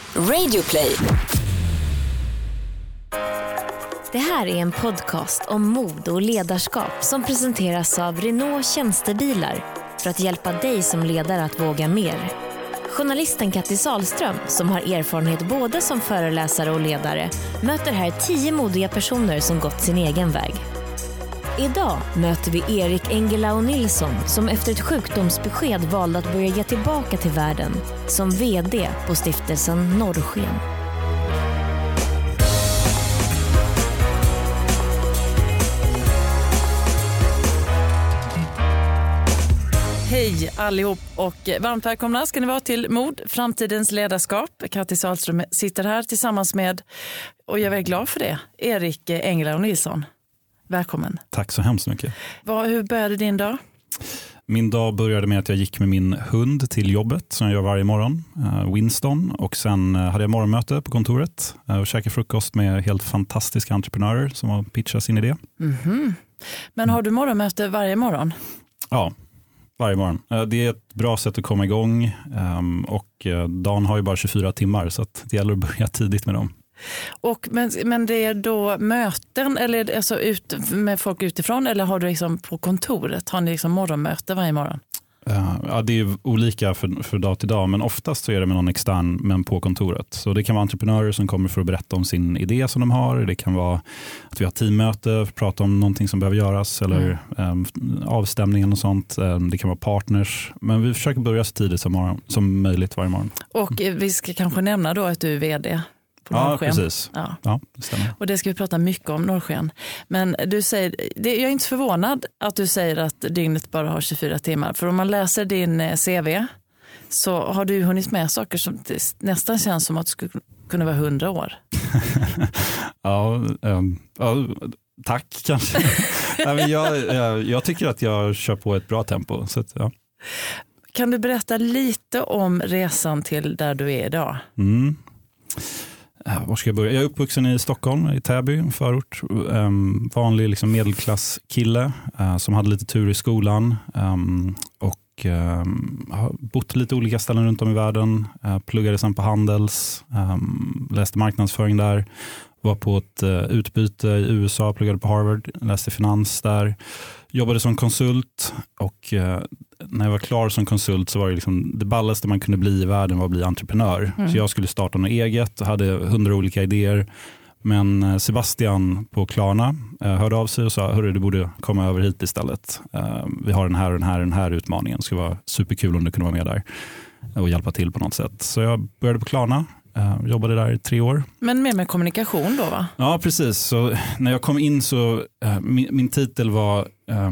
Radioplay. Det här är en podcast om mod och ledarskap som presenteras av Renault Tjänstebilar för att hjälpa dig som ledare att våga mer. Journalisten Katti Sahlström, som har erfarenhet både som föreläsare och ledare, möter här 10 modiga personer som gått sin egen väg. Idag möter vi Erik Engellau Nilsson som efter ett sjukdomsbesked valde att börja ge tillbaka till världen som vd på stiftelsen Norrsken. Hej allihop och varmt välkomna ska ni vara till Mod, framtidens ledarskap. Katti Sahlström sitter här tillsammans med, och jag är väldigt glad för det, Erik Engellau Nilsson. Välkommen. Tack så hemskt mycket. Hur började din dag? Min dag började med att jag gick med min hund till jobbet som jag gör varje morgon, Winston. Och sen hade jag morgonmöte på kontoret och käkade frukost med helt fantastiska entreprenörer som har pitchat sin idé. Mm-hmm. Men har du morgonmöte varje morgon? Ja, varje morgon. Det är ett bra sätt att komma igång och dagen har ju bara 24 timmar så att det gäller att börja tidigt med dem. Men det är då möten eller alltså med folk utifrån eller har du liksom på kontoret? Har ni liksom morgonmöte varje morgon? Ja, det är olika för dag till dag, men oftast så är det med någon extern men på kontoret. Så det kan vara entreprenörer som kommer för att berätta om sin idé som de har. Det kan vara att vi har teammöte, prata om någonting som behöver göras eller avstämningen och sånt. Det kan vara partners, men vi försöker börja så tidigt som möjligt varje morgon. Och vi ska kanske nämna då att du är vd. Ja, precis. Ja, det stämmer. Och det ska vi prata mycket om, Norrsken. Men du säger, jag är inte förvånad att du säger att dygnet bara har 24 timmar. För om man läser din CV så har du hunnit med saker som nästan känns som att det skulle kunna vara 100 år. ja, tack kanske. jag tycker att jag kör på ett bra tempo. Så att, ja. Kan du berätta lite om resan till där du är idag? Var ska jag börja? Jag är uppvuxen i Stockholm, i Täby, en förort. Vanlig liksom medelklasskille som hade lite tur i skolan och har bott lite olika ställen runt om i världen. Pluggade sen på Handels, läste marknadsföring där. Var på ett utbyte i USA, pluggade på Harvard, läste finans där. Jobbade som konsult och när jag var klar som konsult så var det liksom det ballaste man kunde bli i världen var att bli entreprenör. Så jag skulle starta något eget och hade 100 olika idéer. Men Sebastian på Klarna hörde av sig och sa, hörru, du borde komma över hit istället. Vi har den här utmaningen. Det skulle vara superkul om du kunde vara med där och hjälpa till på något sätt. Så jag började på Klarna. Jobbade där i 3 år. Men mer med kommunikation då, va? Ja, precis. Så när jag kom in så min titel var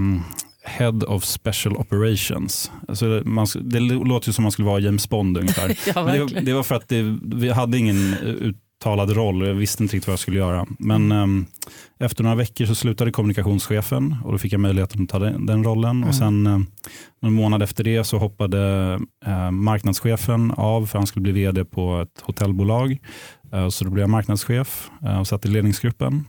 Head of Special Operations. Alltså det låter ju som man skulle vara James Bond ungefär. Ja, det var för att vi hade ingen uttalad roll och jag visste inte riktigt vad jag skulle göra. Men efter några veckor så slutade kommunikationschefen och då fick jag möjligheten att ta den rollen. Och sen någon månad efter det så hoppade marknadschefen av för han skulle bli vd på ett hotellbolag. Så då blev jag marknadschef och satt i ledningsgruppen.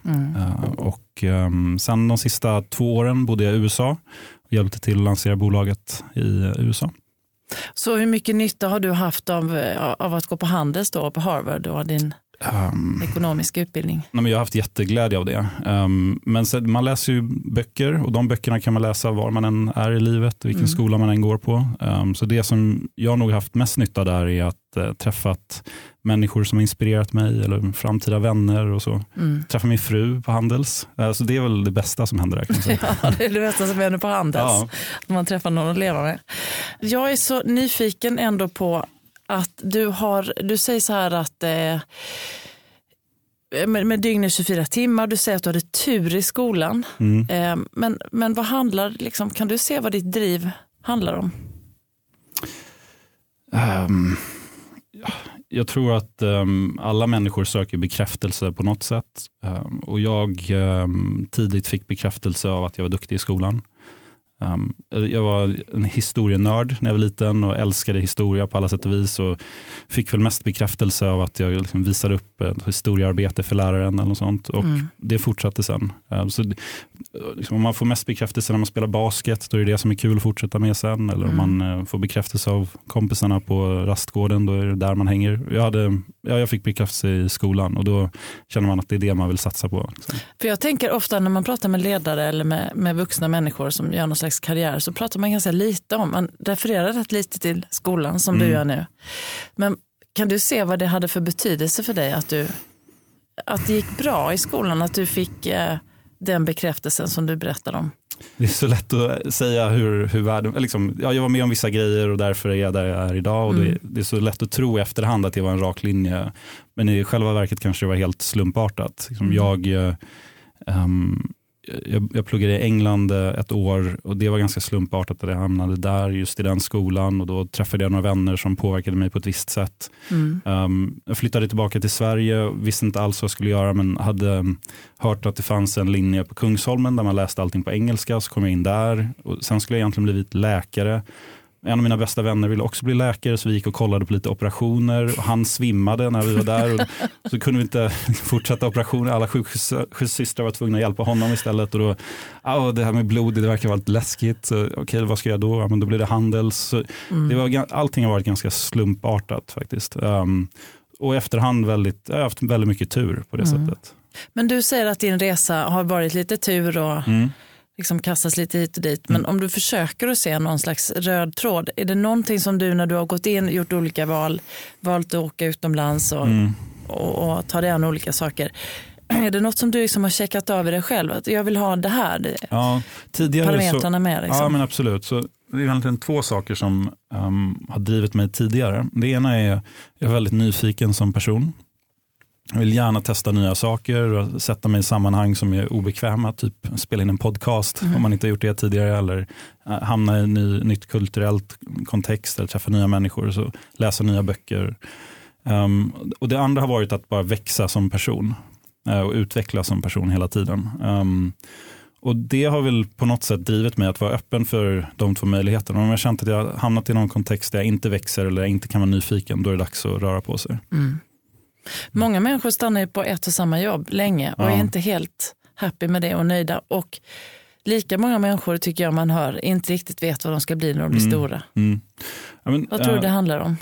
Och sen de sista 2 åren bodde jag i USA och hjälpte till att lansera bolaget i USA. Så hur mycket nytta har du haft av att gå på Handels då på Harvard och din ekonomiska utbildning? Nej, men jag har haft jätteglädje av det. Men sen, man läser ju böcker och de böckerna kan man läsa var man än är i livet, vilken skola man än går på. Så det som jag nog haft mest nytta där är att träffat människor som har inspirerat mig eller framtida vänner och så. Träffa min fru på Handels. Så det är väl det bästa som händer där, kan man säga. Ja, det är det bästa som händer på Handels. Ja. Man träffar någon att leva med. Jag är så nyfiken ändå på att du säger så här att med dygnet 24 timmar, du säger att du hade tur i skolan. Men vad handlar, liksom, kan du se vad ditt driv handlar om? Jag tror att alla människor söker bekräftelse på något sätt. Och jag tidigt fick bekräftelse av att jag var duktig i skolan. Jag var en historienörd när jag var liten och älskade historia på alla sätt och vis och fick väl mest bekräftelse av att jag liksom visade upp ett historiearbete för läraren eller något sånt och det fortsatte sen. Så liksom, om man får mest bekräftelse när man spelar basket, då är det som är kul att fortsätta med sen, eller om man får bekräftelse av kompisarna på rastgården, då är det där man hänger. Jag hade jag fick bekräftelse i skolan och då känner man att det är det man vill satsa på. För jag tänker ofta när man pratar med ledare eller med vuxna människor som gör någon slags karriär så pratar man ganska lite om, man refererar rätt lite till skolan som du gör nu. Men kan du se vad det hade för betydelse för dig att det gick bra i skolan, att du fick den bekräftelsen som du berättade om? Det är så lätt att säga hur världen, liksom, jag var med om vissa grejer och därför är jag där jag är idag och det är så lätt att tro i efterhand att det var en rak linje, men i själva verket kanske det var helt slumpartat. Liksom, jag pluggade i England ett år och det var ganska slumpartat att jag hamnade där just i den skolan och då träffade jag några vänner som påverkade mig på ett visst sätt. Jag flyttade tillbaka till Sverige, visste inte alls vad jag skulle göra men hade hört att det fanns en linje på Kungsholmen där man läste allting på engelska, så kom jag in där och sen skulle jag egentligen blivit läkare. En av mina bästa vänner ville också bli läkare så vi gick och kollade på lite operationer och han svimmade när vi var där och så kunde vi inte fortsätta operationer. Alla sjuksystrar var tvungna att hjälpa honom istället och då, det här med blod det verkar vara lite läskigt. Okej, vad ska jag då? Men då blir det handel. Så allting har varit ganska slumpartat faktiskt. Och efterhand jag har haft väldigt mycket tur på det sättet. Men du säger att din resa har varit lite tur och liksom kastas lite hit och dit. Men om du försöker att se någon slags röd tråd, är det någonting som du när du har gått in, gjort olika valt att åka utomlands och ta dig an olika saker, är det något som du liksom har checkat av i dig själv? Att jag vill ha det här, parametrarna med. Liksom. Ja, men absolut. Så det är egentligen två saker som har drivit mig tidigare. Det ena är jag är väldigt nyfiken som person. Jag vill gärna testa nya saker och sätta mig i sammanhang som är obekväma, typ spela in en podcast om man inte har gjort det tidigare eller hamna i en nytt kulturellt kontext eller träffa nya människor och så läsa nya böcker. Och det andra har varit att bara växa som person och utvecklas som person hela tiden. Och det har väl på något sätt drivit mig att vara öppen för de två möjligheterna. Om jag känt att jag har hamnat i någon kontext där jag inte växer eller jag inte kan vara nyfiken, då är det dags att röra på sig. Många människor stannar ju på ett och samma jobb länge och är inte helt happy med det och nöjda. Och lika många människor tycker jag man hör inte riktigt vet vad de ska bli när de blir stora. Ja, men, vad tror du det handlar om?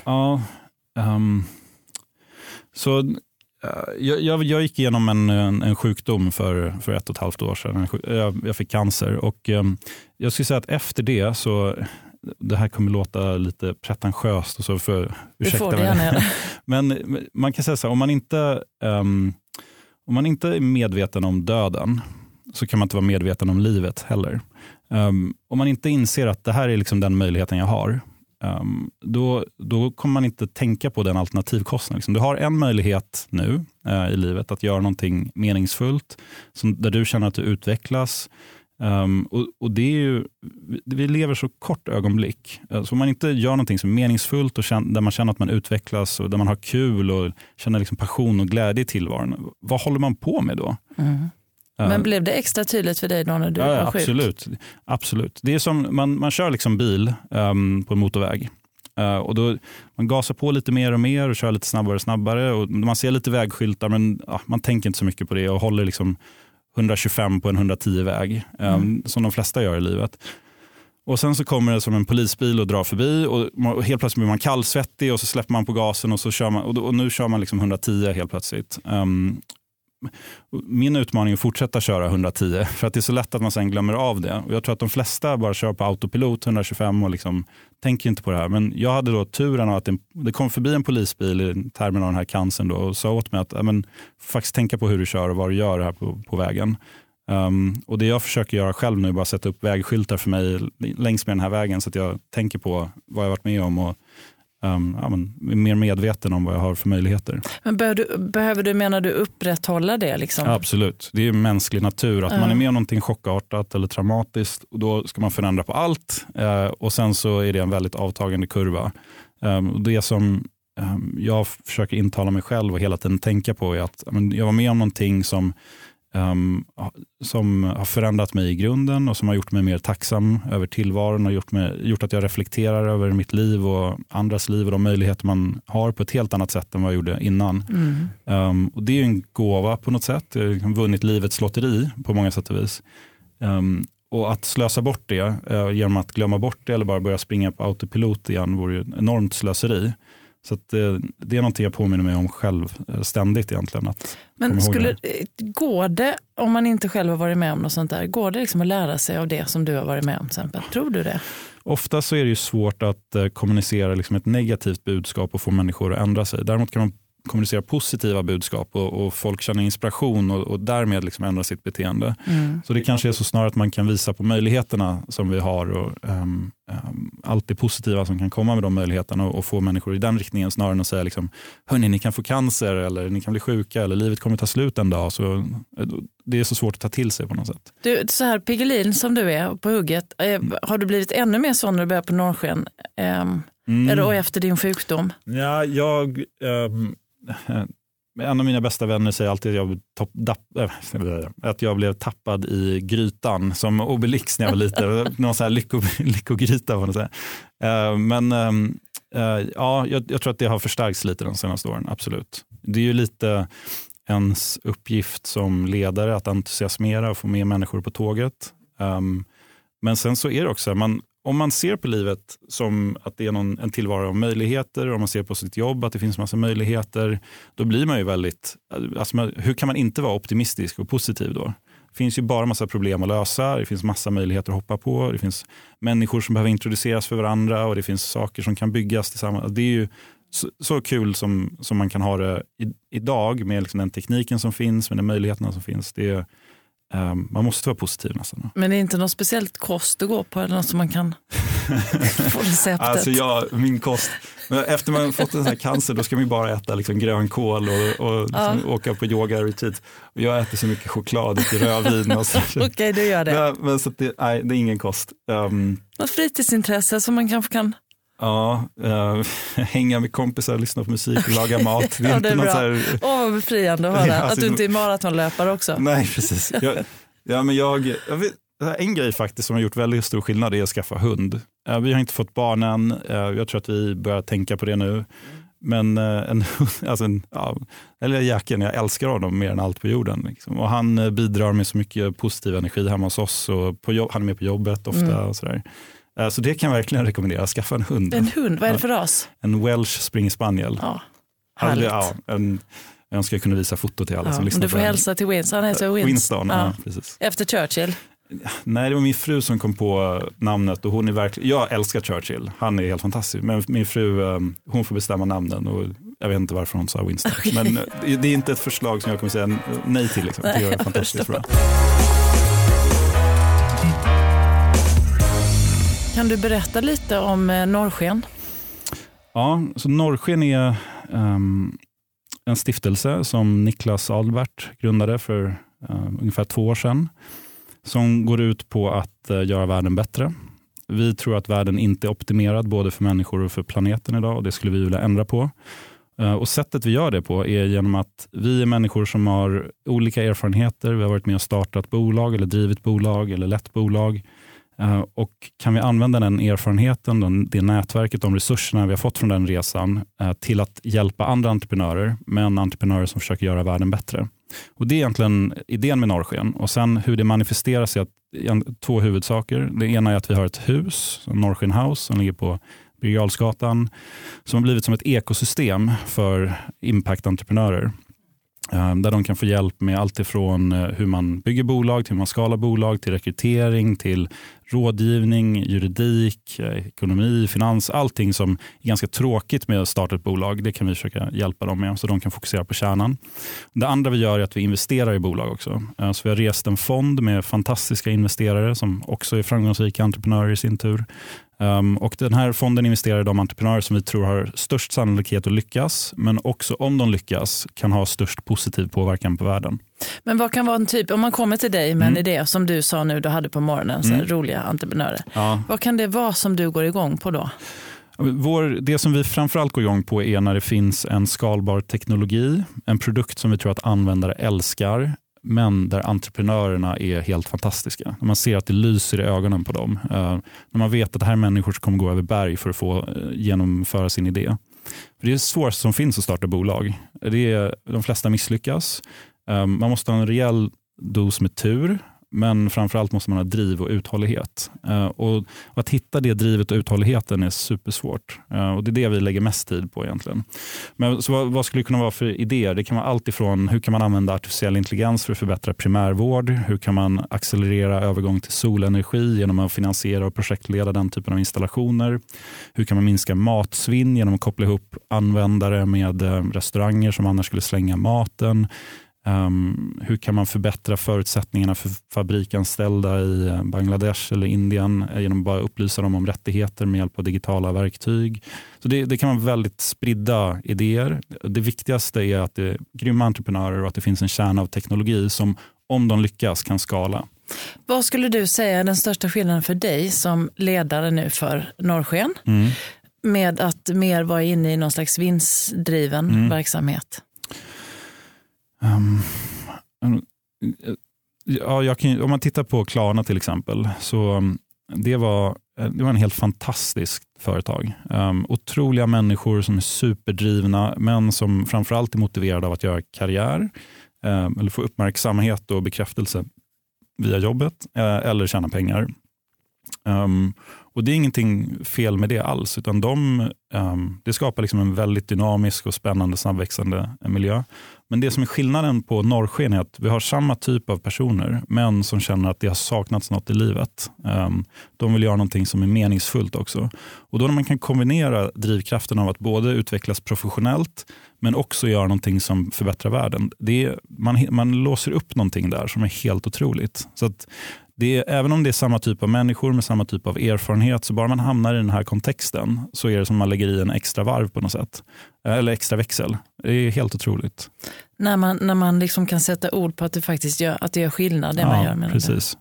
Jag gick igenom en sjukdom för 1,5 år sedan. Jag fick cancer och jag skulle säga att efter det så, det här kommer låta lite pretentiöst och så, för ursäkta mig. Men man kan säga så här, om man inte är medveten om döden så kan man inte vara medveten om livet heller. Om man inte inser att det här är liksom den möjligheten jag har, då kommer man inte tänka på den alternativkostnaden. Liksom. Du har en möjlighet nu i livet att göra någonting meningsfullt där du känner att du utvecklas. Och det är ju, vi lever så kort ögonblick. Så om man inte gör någonting som är meningsfullt och där man känner att man utvecklas och där man har kul och känner liksom passion och glädje i tillvaron, vad håller man på med då? Men blev det extra tydligt för dig då när du var sjuk? Absolut. Det är som man kör liksom bil på en motorväg. Och då man gasar på lite mer och mer och kör lite snabbare och man ser lite vägskyltar men man tänker inte så mycket på det och håller liksom 125 på en 110-väg som de flesta gör i livet. Och sen så kommer det som en polisbil och drar förbi och helt plötsligt blir man kallsvettig och så släpper man på gasen och så kör man och nu kör man liksom 110 helt plötsligt. Min utmaning är att fortsätta köra 110 för att det är så lätt att man sen glömmer av det. Och jag tror att de flesta bara kör på autopilot 125 och liksom tänker inte på det här. Men jag hade då turen att det kom förbi en polisbil i termen av den här cancern då och sa åt mig att faktiskt tänka på hur du kör och vad du gör här på vägen. Och det jag försöker göra själv nu är bara sätta upp vägskyltar för mig längs med den här vägen så att jag tänker på vad jag varit med om och är mer medveten om vad jag har för möjligheter. Men behöver du, menar du, upprätthålla det? Liksom? Absolut, det är mänsklig natur att man är med om någonting chockartat eller traumatiskt och då ska man förändra på allt och sen så är det en väldigt avtagande kurva. Det som jag försöker intala mig själv och hela tiden tänka på är att jag var med om någonting som har förändrat mig i grunden och som har gjort mig mer tacksam över tillvaron och gjort att jag reflekterar över mitt liv och andras liv och de möjligheter man har på ett helt annat sätt än vad jag gjorde innan. Och det är en gåva på något sätt. Jag har vunnit livets lotteri på många sätt och vis. Och att slösa bort det genom att glömma bort det eller bara börja springa på autopilot igen vore ju enormt slöseri. Så att det är någonting jag påminner mig om själv ständigt egentligen. Men går det, om man inte själv har varit med om något sånt där, går det liksom att lära sig av det som du har varit med om till exempel? Tror du det? Ofta så är det ju svårt att kommunicera liksom ett negativt budskap och få människor att ändra sig. Däremot kan man kommunicera positiva budskap och folk känner inspiration och därmed liksom ändra sitt beteende. Så det kanske är så snarare att man kan visa på möjligheterna som vi har och allt det positiva som kan komma med de möjligheterna och få människor i den riktningen snarare än att säga liksom, hörni, ni kan få cancer eller ni kan bli sjuka eller livet kommer ta slut en dag. Så det är så svårt att ta till sig på något sätt. Du, så här Piggelin som du är på hugget, har du blivit ännu mer sån när du börjar på Norrsken? Eller efter din sjukdom? Ja, en av mina bästa vänner säger alltid att jag blev tappad i grytan som Obelix när jag var liten. Någon sån här lyckogryta var det så här. Jag tror att det har förstärkts lite de senaste åren, absolut. Det är ju lite ens uppgift som ledare att entusiasmera och få med människor på tåget. Men sen så är det också, om man ser på livet som att det är en tillvaro av möjligheter, om man ser på sitt jobb att det finns massa möjligheter, då blir man ju väldigt, hur kan man inte vara optimistisk och positiv då? Det finns ju bara massa problem att lösa, det finns massa möjligheter att hoppa på, det finns människor som behöver introduceras för varandra och det finns saker som kan byggas tillsammans. Det är ju så kul som man kan ha det idag med liksom den tekniken som finns, med de möjligheterna som finns. Man måste vara positiv nästan. Men det är inte något speciellt kost att gå på eller något som man kan få receptet? Alltså min kost, efter man fått en sån här cancer då ska man ju bara äta liksom grönkål och liksom åka på yoga-retreat. Och jag äter så mycket choklad och rödvin. Okej, du gör det. Men så det är ingen kost. Något fritidsintresse som man kanske kan... Ja, hänga med kompisar, lyssna på musik och laga mat. Det är inte något så här... vad befriande att höra. Att du inte är maratonlöpare också. Nej, precis. En grej faktiskt som har gjort väldigt stor skillnad är att skaffa hund. Vi har inte fått barn än. Jag tror att vi börjar tänka på det nu. Men jäkeln, jag älskar honom mer än allt på jorden. Liksom. Och han bidrar med så mycket positiv energi hemma hos oss. Och han är med på jobbet ofta och sådär. Så det kan jag verkligen rekommendera, skaffa en hund. En hund, vad är det för ras? En Welsh Springer Spaniel. Ja, härligt. Jag ska kunna visa foto till alla som lyssnar. Du får hälsa till Winston, han heter Winston. Ja, precis. Efter Churchill? Nej, det var min fru som kom på namnet och hon är verkligen, jag älskar Churchill, han är helt fantastisk. Men min fru, hon får bestämma namnen och jag vet inte varför hon sa Winston. Okay. Men det är inte ett förslag som jag kommer säga nej till. Liksom. Det är fantastiskt bra. Kan du berätta lite om Norrsken? Ja, så Norrsken är en stiftelse som Niklas Adalbert grundade för ungefär 2 år sedan. Som går ut på att göra världen bättre. Vi tror att världen inte är optimerad både för människor och för planeten idag och det skulle vi vilja ändra på. Och sättet vi gör det på är genom att vi är människor som har olika erfarenheter. Vi har varit med och startat bolag eller drivit bolag eller lett bolag. Och kan vi använda den erfarenheten, det nätverket, de resurserna vi har fått från den resan till att hjälpa andra entreprenörer, men entreprenörer som försöker göra världen bättre. Och det är egentligen idén med Norrsken. Och sen hur det manifesteras är 2 huvudsaker. Det ena är att vi har ett hus, Norrsken House, som ligger på Birger Jarlsgatan, som har blivit som ett ekosystem för impact-entreprenörer. Där de kan få hjälp med allt ifrån hur man bygger bolag till hur man skalar bolag, till rekrytering, till rådgivning, juridik, ekonomi, finans, allting som är ganska tråkigt med att starta ett bolag. Det kan vi försöka hjälpa dem med så de kan fokusera på kärnan. Det andra vi gör är att vi investerar i bolag också. Så vi har rest en fond med fantastiska investerare som också är framgångsrika entreprenörer i sin tur. Och den här fonden investerar i de entreprenörer som vi tror har störst sannolikhet att lyckas, men också om de lyckas kan ha störst positiv påverkan på världen. Men vad kan vara en typ, om man kommer till dig med en idé som du sa nu du hade på morgonen, så här roliga entreprenörer. Ja. Vad kan det vara som du går igång på då? Det som vi framförallt går igång på är när det finns en skalbar teknologi, en produkt som vi tror att användare älskar, men där entreprenörerna är helt fantastiska. När man ser att det lyser i ögonen på dem. När man vet att det här är människor som kommer gå över berg för att få genomföra sin idé. För det är svårt som finns att starta bolag. De flesta misslyckas. Man måste ha en rejäl dos med tur men framförallt måste man ha driv och uthållighet. Och att hitta det drivet och uthålligheten är supersvårt. Och det är det vi lägger mest tid på egentligen. Men så vad skulle det kunna vara för idéer? Det kan vara allt ifrån hur kan man använda artificiell intelligens för att förbättra primärvård? Hur kan man accelerera övergång till solenergi genom att finansiera och projektleda den typen av installationer? Hur kan man minska matsvinn genom att koppla ihop användare med restauranger som annars skulle slänga maten? Hur kan man förbättra förutsättningarna för fabrikanställda i Bangladesh eller Indien genom att bara upplysa dem om rättigheter med hjälp av digitala verktyg? Så det kan vara väldigt spridda idéer. Det viktigaste är att det är grymma entreprenörer och att det finns en kärna av teknologi som, om de lyckas, kan skala. Vad skulle du säga är den största skillnaden för dig som ledare nu för Norrsken med att mer vara inne i någon slags vinstdriven verksamhet? Om man tittar på Klarna till exempel, så det var en helt fantastisk företag. Otroliga människor som är superdrivna, men som framförallt är motiverade av att göra karriär eller få uppmärksamhet och bekräftelse via jobbet eller tjäna pengar. Och det är ingenting fel med det alls, utan det skapar liksom en väldigt dynamisk och spännande snabbväxande miljö. Men det som är skillnaden på Norrsken är att vi har samma typ av personer, men som känner att det har saknats något i livet. De vill göra någonting som är meningsfullt också. Och då när man kan kombinera drivkraften av att både utvecklas professionellt men också göra någonting som förbättrar världen. Man låser upp någonting där som är helt otroligt. Så att även om det är samma typ av människor med samma typ av erfarenhet, så bara man hamnar i den här kontexten så är det som man lägger i en extra varv på något sätt. Eller extra växel. Det är helt otroligt. När man liksom kan sätta ord på att det faktiskt gör skillnad det man gör med precis.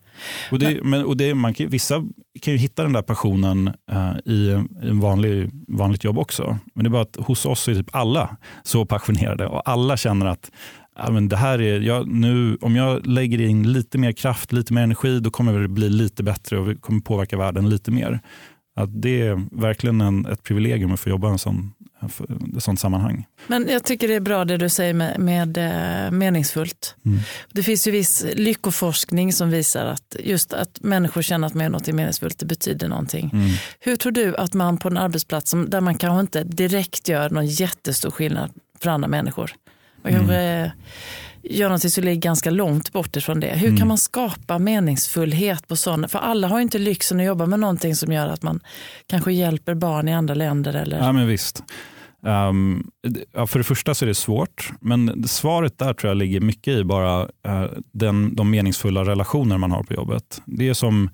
Vissa kan ju hitta den där passionen i en vanligt jobb också. Men det är bara att hos oss är typ alla så passionerade och alla känner att men det här om jag lägger in lite mer kraft, lite mer energi, då kommer det bli lite bättre och vi kommer påverka världen lite mer. Att det är verkligen ett privilegium att få jobba i ett sånt sammanhang. Men jag tycker det är bra det du säger med meningsfullt. Det finns ju viss lyckoforskning som visar att just att människor känner att man gör något meningsfullt, det betyder någonting. Hur tror du att man på en arbetsplats där man kanske inte direkt gör någon jättestor skillnad för andra människor, man kanske gör något som ligger ganska långt bort ifrån det. Hur kan man skapa meningsfullhet på sådana? För alla har ju inte lyxen att jobba med någonting som gör att man kanske hjälper barn i andra länder. Eller? Ja, men visst. För det första så är det svårt. Men svaret där tror jag ligger mycket i bara de meningsfulla relationer man har på jobbet. Det är som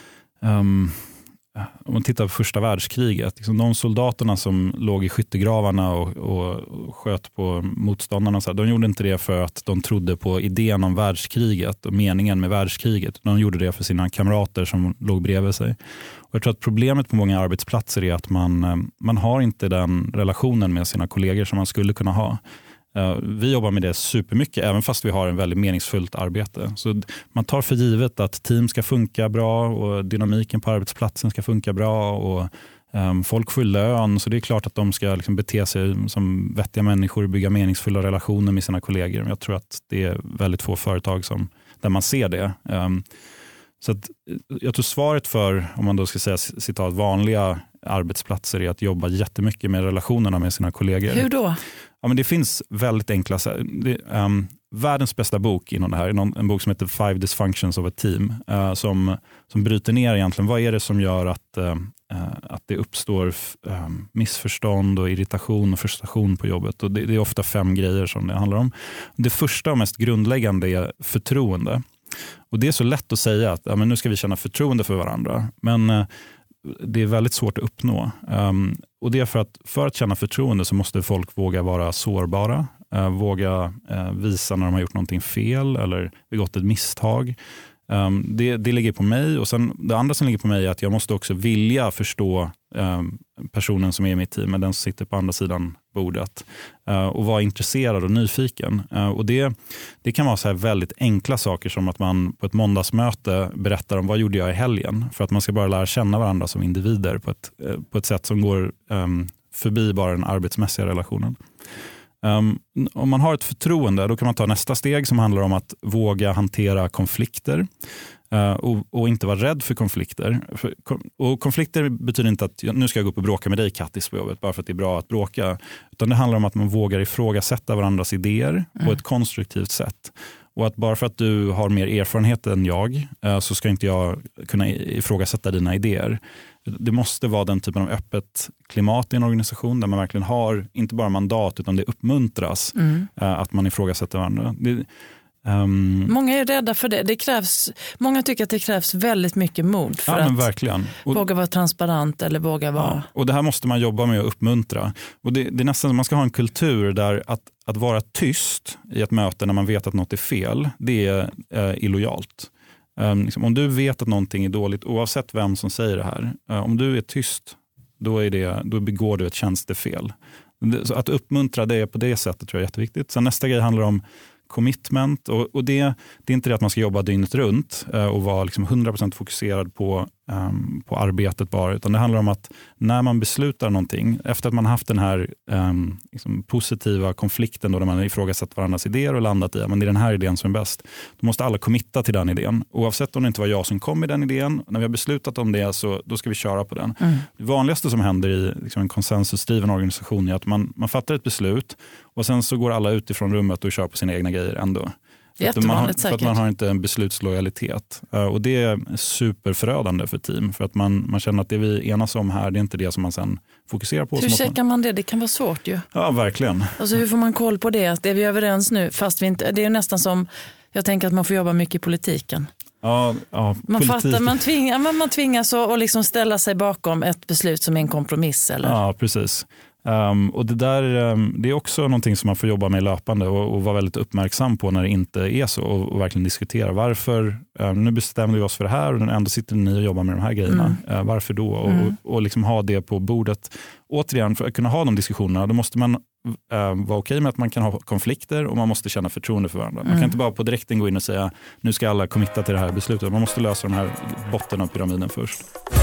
om man tittar på första världskriget, liksom de soldaterna som låg i skyttegravarna och sköt på motståndarna, de gjorde inte det för att de trodde på idén om världskriget och meningen med världskriget. De gjorde det för sina kamrater som låg bredvid sig. Och jag tror att problemet på många arbetsplatser är att man har inte den relationen med sina kollegor som man skulle kunna ha. Vi jobbar med det supermycket, även fast vi har en väldigt meningsfullt arbete. Så man tar för givet att team ska funka bra och dynamiken på arbetsplatsen ska funka bra och folk får lön. Så det är klart att de ska liksom bete sig som vettiga människor och bygga meningsfulla relationer med sina kollegor. Men jag tror att det är väldigt få företag där man ser det. Så att jag tror svaret för, om man då ska säga citat, vanliga arbetsplatser är att jobba jättemycket med relationerna med sina kollegor. Hur då? Ja, men det finns väldigt enkla. Världens bästa bok inom det här är en bok som heter 5 Dysfunctions of a Team som bryter ner egentligen vad är det som gör att det uppstår missförstånd och irritation och frustration på jobbet. Och det är ofta 5 grejer som det handlar om. Det första och mest grundläggande är förtroende. Och det är så lätt att säga att men nu ska vi känna förtroende för varandra. Men det är väldigt svårt att uppnå. Och det är för att känna förtroende så måste folk våga vara sårbara. Våga visa när de har gjort någonting fel eller begått ett misstag. Det ligger på mig. Och sen det andra som ligger på mig är att jag måste också vilja förstå personen som är i mitt team, den som sitter på andra sidan bordet, och vara intresserad och nyfiken. Och det kan vara så här väldigt enkla saker som att man på ett måndagsmöte berättar om vad gjorde jag i helgen, för att man ska bara lära känna varandra som individer på ett sätt som går förbi bara den arbetsmässiga relationen. Om man har ett förtroende, då kan man ta nästa steg som handlar om att våga hantera konflikter. Och inte vara rädd för konflikter. Och konflikter betyder inte att nu ska jag gå upp och bråka med dig, Kattis, på jobbet bara för att det är bra att bråka. Utan det handlar om att man vågar ifrågasätta varandras idéer på ett konstruktivt sätt. Och att bara för att du har mer erfarenhet än jag så ska inte jag kunna ifrågasätta dina idéer. Det måste vara den typen av öppet klimat i en organisation där man verkligen har inte bara mandat utan det uppmuntras att man ifrågasätter varandra. Många är rädda för det. Många tycker att det krävs väldigt mycket mod för att verkligen. Våga vara transparent eller våga vara... Ja, och det här måste man jobba med att uppmuntra. Och det är nästan som man ska ha en kultur där att vara tyst i ett möte när man vet att något är fel, det är illojalt. Om du vet att någonting är dåligt, oavsett vem som säger det här, om du är tyst, då begår du ett tjänstefel. Så att uppmuntra det på det sättet tror jag är jätteviktigt. Sen nästa grej handlar om commitment och det är inte det att man ska jobba dygnet runt och vara liksom 100% fokuserad på arbetet bara, utan det handlar om att när man beslutar någonting, efter att man haft den här liksom positiva konflikten då, där man ifrågasatt varandras idéer och landat i men det är den här idén som är bäst, då måste alla committa till den idén. Oavsett om det inte var jag som kom med den idén, när vi har beslutat om det så då ska vi köra på den. Det vanligaste som händer i liksom en konsensusdriven organisation är att man fattar ett beslut och sen så går alla ut ifrån rummet och kör på sina egna grejer ändå. För att man har inte en beslutslojalitet. Och det är superförödande för team. För att man känner att det vi enas om här, det är inte det som man sen fokuserar på. Hur checkar man det? Det kan vara svårt ju. Ja, verkligen. Alltså hur får man koll på det? Att är vi överens nu? Fast vi inte, det är nästan som, jag tänker att man får jobba mycket i politiken. Ja, man tvingas att liksom ställa sig bakom ett beslut som är en kompromiss. Eller? Ja, precis. Och det är också någonting som man får jobba med löpande och vara väldigt uppmärksam på när det inte är så och verkligen diskutera varför, nu bestämde vi oss för det här och ändå sitter ni och jobbar med de här grejerna, varför då? Och liksom ha det på bordet. Återigen, för att kunna ha de diskussionerna då måste man vara okej med att man kan ha konflikter och man måste känna förtroende för varandra. Man kan inte bara på direkten gå in och säga nu ska alla committa till det här beslutet, man måste lösa de här botten av pyramiden först.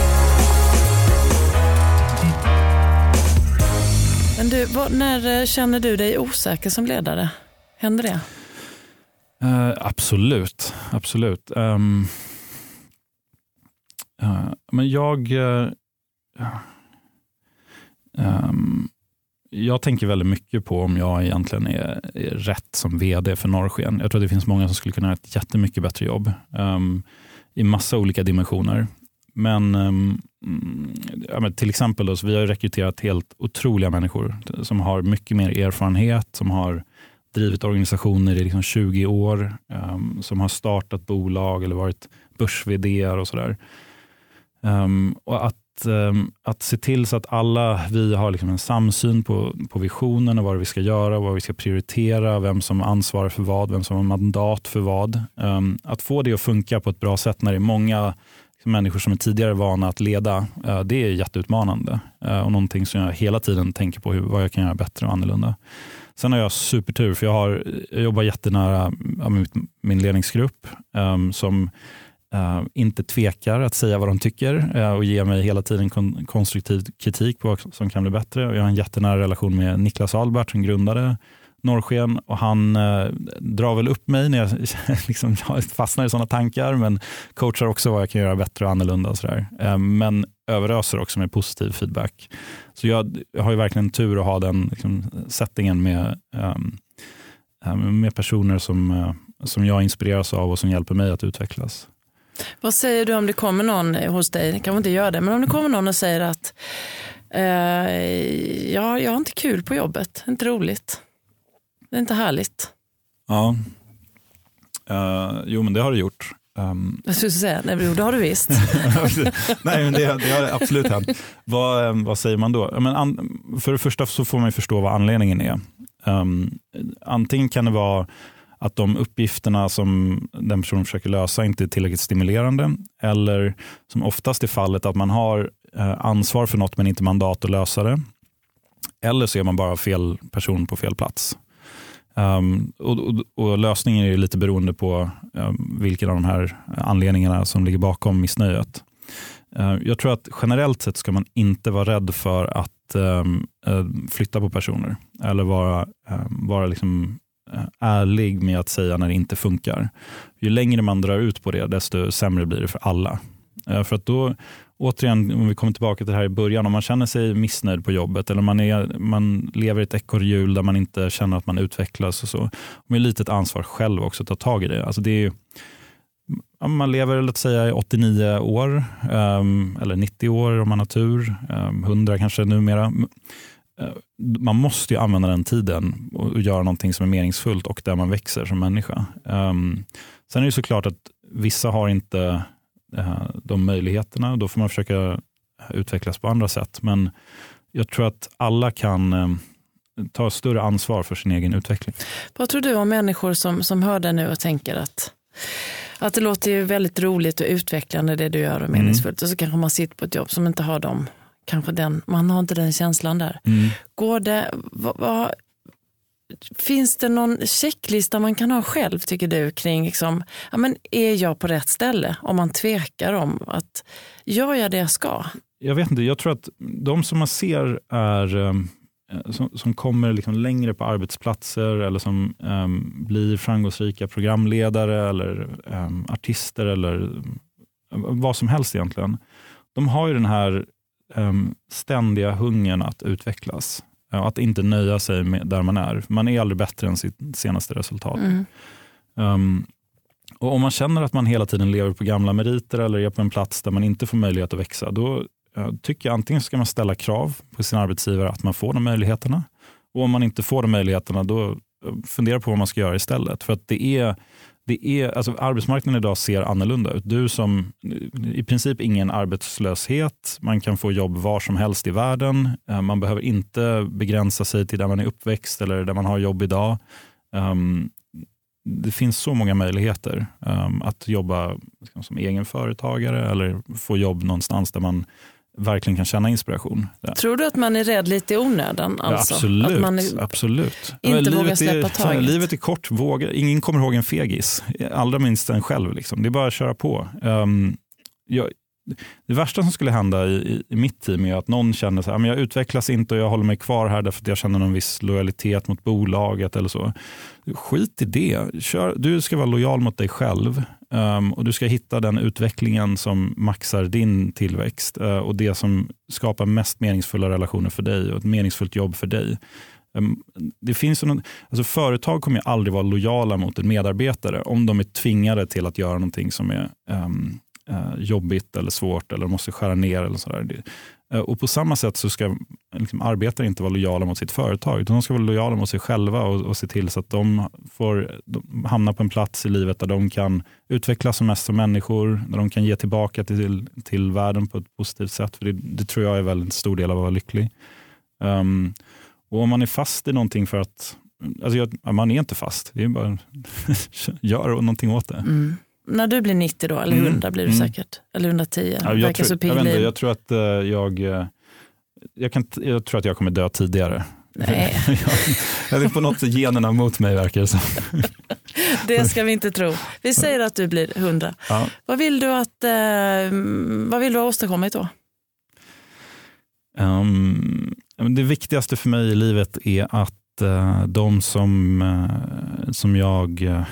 Men du, när känner du dig osäker som ledare? Händer det? Absolut. Men jag tänker väldigt mycket på om jag egentligen är rätt som vd för Norrsken. Jag tror att det finns många som skulle kunna göra ett jättemycket bättre jobb i massa olika dimensioner. Men till exempel då, så vi har rekryterat helt otroliga människor som har mycket mer erfarenhet, som har drivit organisationer i liksom 20 år, som har startat bolag eller varit börs-vd:ar och sådär. Och att se till så att alla vi har liksom en samsyn på visionen och vad vi ska göra, vad vi ska prioritera, vem som ansvarar för vad, vem som har mandat för vad. Att få det att funka på ett bra sätt när det är många människor som är tidigare vana att leda, det är jätteutmanande och någonting som jag hela tiden tänker på vad jag kan göra bättre och annorlunda. Sen har jag supertur för jag jobbar jättenära med min ledningsgrupp som inte tvekar att säga vad de tycker och ge mig hela tiden konstruktiv kritik på vad som kan bli bättre. Och jag har en jättenära relation med Niklas Albert som grundade Norrsken och han drar väl upp mig när jag liksom fastnar i sådana tankar, men coachar också vad jag kan göra bättre och annorlunda och sådär. Men överöser också med positiv feedback. Så jag har ju verkligen tur att ha den liksom settingen med personer som jag inspireras av och som hjälper mig att utvecklas. Vad säger du om det kommer någon hos dig, kan man inte göra det, men om det kommer någon och säger att jag har inte kul på jobbet, inte roligt. Det är inte härligt. Ja. Jo, men det har det gjort. Jag skulle säga, nej, det har du visst. Nej, men det har absolut hänt. Vad säger man då? Men för det första så får man ju förstå vad anledningen är. Antingen kan det vara att de uppgifterna som den personen försöker lösa inte är tillräckligt stimulerande, eller som oftast är fallet att man har ansvar för något men inte mandat att lösa det. Eller så är man bara fel person på fel plats. Och lösningen är lite beroende på vilka av de här anledningarna som ligger bakom missnöjet. Jag tror att generellt sett ska man inte vara rädd för att att flytta på personer eller vara liksom ärlig med att säga när det inte funkar. Ju längre man drar ut på det, desto sämre blir det för alla. För att då, återigen, om vi kommer tillbaka till det här i början, om man känner sig missnöjd på jobbet eller man lever i ett ekorrhjul där man inte känner att man utvecklas och så, med litet ansvar själv också att ta tag i det. Alltså det är, man lever, låt säga, i 89 år eller 90 år om man har tur, 100 kanske numera. Man måste ju använda den tiden och göra någonting som är meningsfullt och där man växer som människa. Sen är det såklart att vissa har inte de möjligheterna. Då får man försöka utvecklas på andra sätt. Men jag tror att alla kan ta större ansvar för sin egen utveckling. Vad tror du om människor som hör det nu och tänker att det låter ju väldigt roligt och utvecklande det du gör och meningsfullt. Och så kanske man sitter på ett jobb som inte har dem. Man har inte den känslan där. Går det, finns det någon checklista man kan ha själv, tycker du, kring liksom, ja, men är jag på rätt ställe? Om man tvekar om att gör jag det jag ska? Jag vet inte, jag tror att de som man ser är som kommer liksom längre på arbetsplatser eller som blir framgångsrika programledare eller artister eller vad som helst egentligen. De har ju den här ständiga hungern att utvecklas. Att inte nöja sig med där man är. Man är aldrig bättre än sitt senaste resultat. Och om man känner att man hela tiden lever på gamla meriter eller är på en plats där man inte får möjlighet att växa, då tycker jag antingen ska man ställa krav på sin arbetsgivare att man får de möjligheterna. Och om man inte får de möjligheterna, då fundera på vad man ska göra istället. För att det är alltså arbetsmarknaden idag ser annorlunda ut. Du som i princip ingen arbetslöshet, man kan få jobb var som helst i världen. Man behöver inte begränsa sig till där man är uppväxt eller där man har jobb idag. Det finns så många möjligheter att jobba som egen företagare eller få jobb någonstans där man verkligen kan känna inspiration. Ja. Tror du att man är rädd lite i onödan? Alltså? Ja, absolut. Att man absolut. Inte vågar släppa taget. Livet är kort, ingen kommer ihåg en fegis. Allra minst en själv. Liksom. Det är bara att köra på. Det värsta som skulle hända i mitt team är att någon känner så här, men jag utvecklas inte och jag håller mig kvar här därför att jag känner någon viss lojalitet mot bolaget eller så. Skit i det. Du ska vara lojal mot dig själv och du ska hitta den utvecklingen som maxar din tillväxt och det som skapar mest meningsfulla relationer för dig och ett meningsfullt jobb för dig. Det finns alltså företag kommer ju aldrig vara lojala mot en medarbetare om de är tvingade till att göra någonting som är jobbigt eller svårt eller måste skära ner eller sådär. Och på samma sätt så ska liksom, arbetare inte vara lojala mot sitt företag utan de ska vara lojala mot sig själva och se till så att de hamnar på en plats i livet där de kan utvecklas som mest som människor, där de kan ge tillbaka till världen på ett positivt sätt. För det tror jag är väl en stor del av att vara lycklig. Och om man är fast i någonting för att man är inte fast, det är bara gör någonting åt det. När du blir 90 då, eller 100 blir du säkert, eller 110. Jag tror att jag tror att jag kommer dö tidigare. Nej. Det är på något sätt generna mot mig verkar det som. Det ska vi inte tro. Vi säger att du blir 100. Ja. Vad vill du ha åstadkommit då? Det viktigaste för mig i livet är att de som jag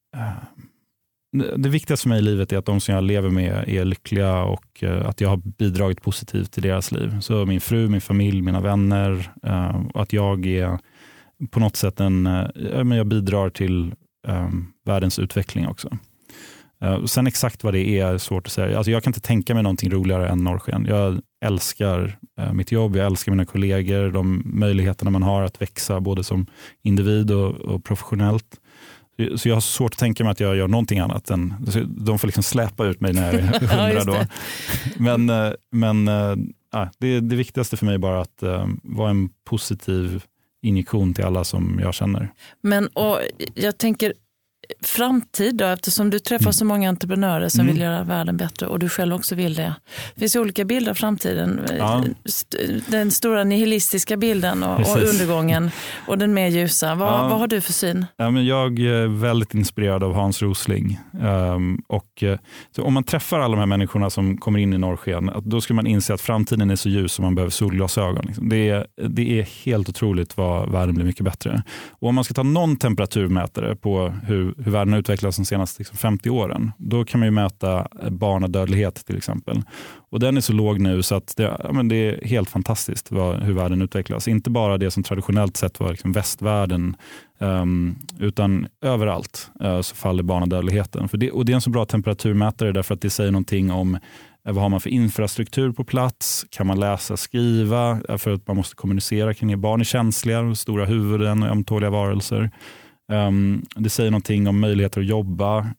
det viktigaste för mig i livet är att de som jag lever med är lyckliga och att jag har bidragit positivt till deras liv. Så min fru, min familj, mina vänner och att jag är på något sätt jag bidrar till världens utveckling också. Sen exakt vad det är svårt att säga. Alltså jag kan inte tänka mig någonting roligare än norrsken. Jag älskar mitt jobb, jag älskar mina kollegor, de möjligheterna man har att växa både som individ och professionellt. Så jag har svårt att tänka mig att jag gör någonting annat än de får liksom släpa ut mig när jag är 100 då. Men det viktigaste för mig är bara att vara en positiv injektion till alla som jag känner. Men och jag tänker framtid då, eftersom du träffar så många entreprenörer som vill göra världen bättre och du själv också vill det. Det finns olika bilder av framtiden. Ja. Den stora nihilistiska bilden och undergången och den mer ljusa. Vad har du för syn? Ja, men jag är väldigt inspirerad av Hans Rosling. Så om man träffar alla de här människorna som kommer in i norrsken, då ska man inse att framtiden är så ljus som man behöver solglasögon. Liksom. Det är helt otroligt vad världen blir mycket bättre. Och om man ska ta någon temperaturmätare på hur världen har utvecklats de senaste 50 åren, då kan man ju mäta barnadödlighet till exempel. Och den är så låg nu så att det är helt fantastiskt hur världen utvecklas. Inte bara det som traditionellt sett var liksom västvärlden, utan överallt så faller barnadödligheten. Och det är en så bra temperaturmätare därför att det säger någonting om vad har man för infrastruktur på plats? Kan man läsa, skriva? För att man måste kommunicera kring det. Barn är känsliga, stora huvuden och ömtåliga varelser. Det säger någonting om möjligheter att jobba.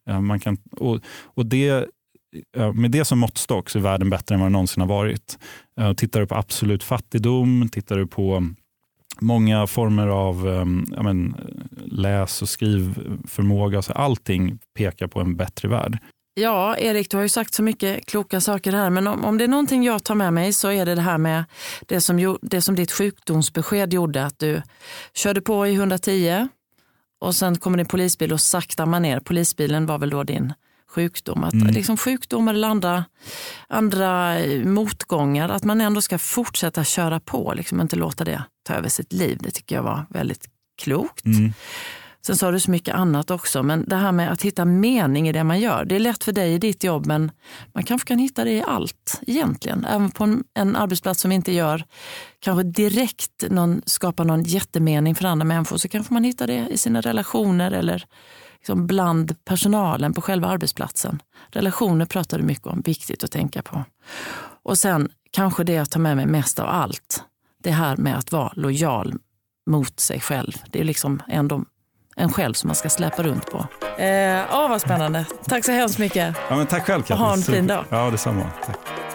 Med det som måttstock så är världen bättre än vad det någonsin har varit. Tittar du på absolut fattigdom, tittar du på många former av läs- och skrivförmåga, så allting pekar på en bättre värld. Ja, Erik, du har ju sagt så mycket kloka saker här, men om det är någonting jag tar med mig så är det här med det som ditt sjukdomsbesked gjorde, att du körde på i 110 och sen kommer din polisbil och saktar man ner. Polisbilen var väl då din sjukdom. Att liksom sjukdomar eller andra motgångar, att man ändå ska fortsätta köra på, liksom inte låta det ta över sitt liv. Det tycker jag var väldigt klokt. Sen sa du så mycket annat också, men det här med att hitta mening i det man gör. Det är lätt för dig i ditt jobb, men man kanske kan hitta det i allt egentligen. Även på en arbetsplats som inte gör kanske direkt skapar någon jättemening för andra människor, så kanske man hittar det i sina relationer eller liksom bland personalen på själva arbetsplatsen. Relationer pratar du mycket om, viktigt att tänka på. Och sen kanske det jag tar med mig mest av allt, det här med att vara lojal mot sig själv. Det är liksom ändå en själv som man ska släppa runt på. Vad spännande. Tack så hemskt mycket. Ja, men tack själv, Katrin. Och ha en fin dag. Ja, detsamma. Tack.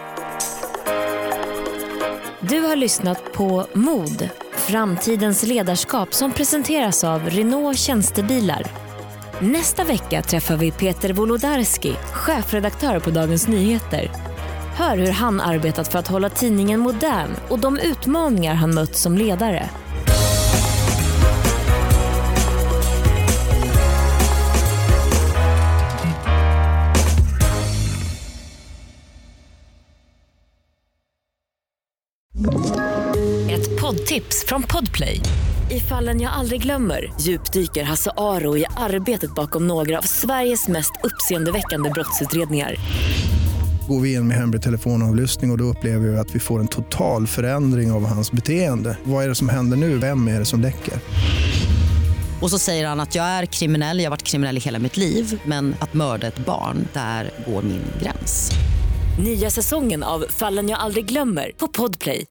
Du har lyssnat på Mod, framtidens ledarskap, som presenteras av Renault Tjänstebilar. Nästa vecka träffar vi Peter Wolodarski, chefredaktör på Dagens Nyheter. Hör hur han arbetat för att hålla tidningen modern och de utmaningar han mött som ledare. Ett poddtips från Podplay. I Fallen jag aldrig glömmer djupdyker Hasse Aro i arbetet bakom några av Sveriges mest uppseendeväckande brottsutredningar. Går vi in med hemlig telefonavlyssning och då upplever vi att vi får en total förändring av hans beteende. Vad är det som händer nu? Vem är det som läcker? Och så säger han att jag är kriminell, jag har varit kriminell i hela mitt liv, men att mörda ett barn, där går min gräns. Nya säsongen av Fallen jag aldrig glömmer på Podplay.